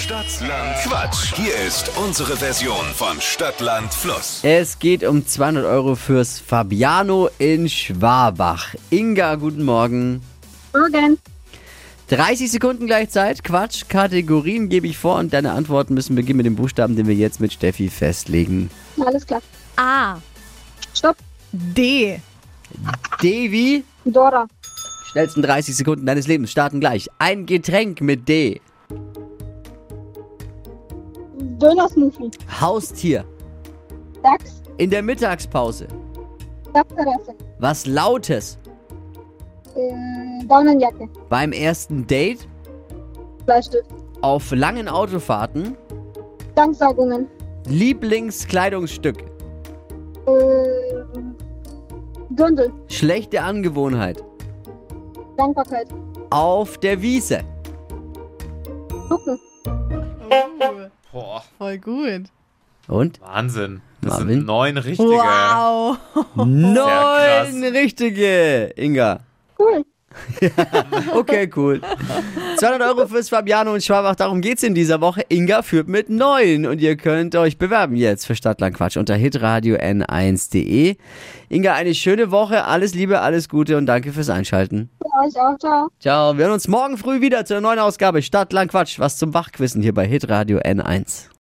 Stadtland Quatsch. Hier ist unsere Version von Stadtland Fluss. Es geht um 200 Euro fürs Fabiano in Schwabach. Inga, guten Morgen. Morgen. 30 Sekunden Gleichzeit. Quatsch, Kategorien gebe ich vor und deine Antworten müssen beginnen mit dem Buchstaben, den wir jetzt mit Steffi festlegen. Alles klar. A. Stopp. D. Devi, Dora. schnellsten 30 Sekunden deines Lebens starten gleich. Ein Getränk mit D. Dönersmoothie. Haustier. Dachs. In der Mittagspause. Dachterrasse. Was Lautes. Daunenjacke. Beim ersten Date. Bleistift. Auf langen Autofahrten. Danksaugungen. Lieblingskleidungsstück. Dirndl. Schlechte Angewohnheit. Dankbarkeit. Auf der Wiese. Gucken. Boah, Voll gut. Und? Wahnsinn. Das Marvin? sind 9 richtige. Wow. 9 richtige, Inga. Cool. Okay, cool. 200 Euro fürs Fabiano und Schwabach, darum geht's in dieser Woche. Inga führt mit 9 und ihr könnt euch bewerben jetzt für Stadtland Quatsch unter hitradio n1.de. Inga, eine schöne Woche, alles Liebe, alles Gute und danke fürs Einschalten. Für euch auch. Ciao. Ciao, wir hören uns morgen früh wieder zu einer neuen Ausgabe Stadtland Quatsch, was zum Wachquissen hier bei hitradio n1.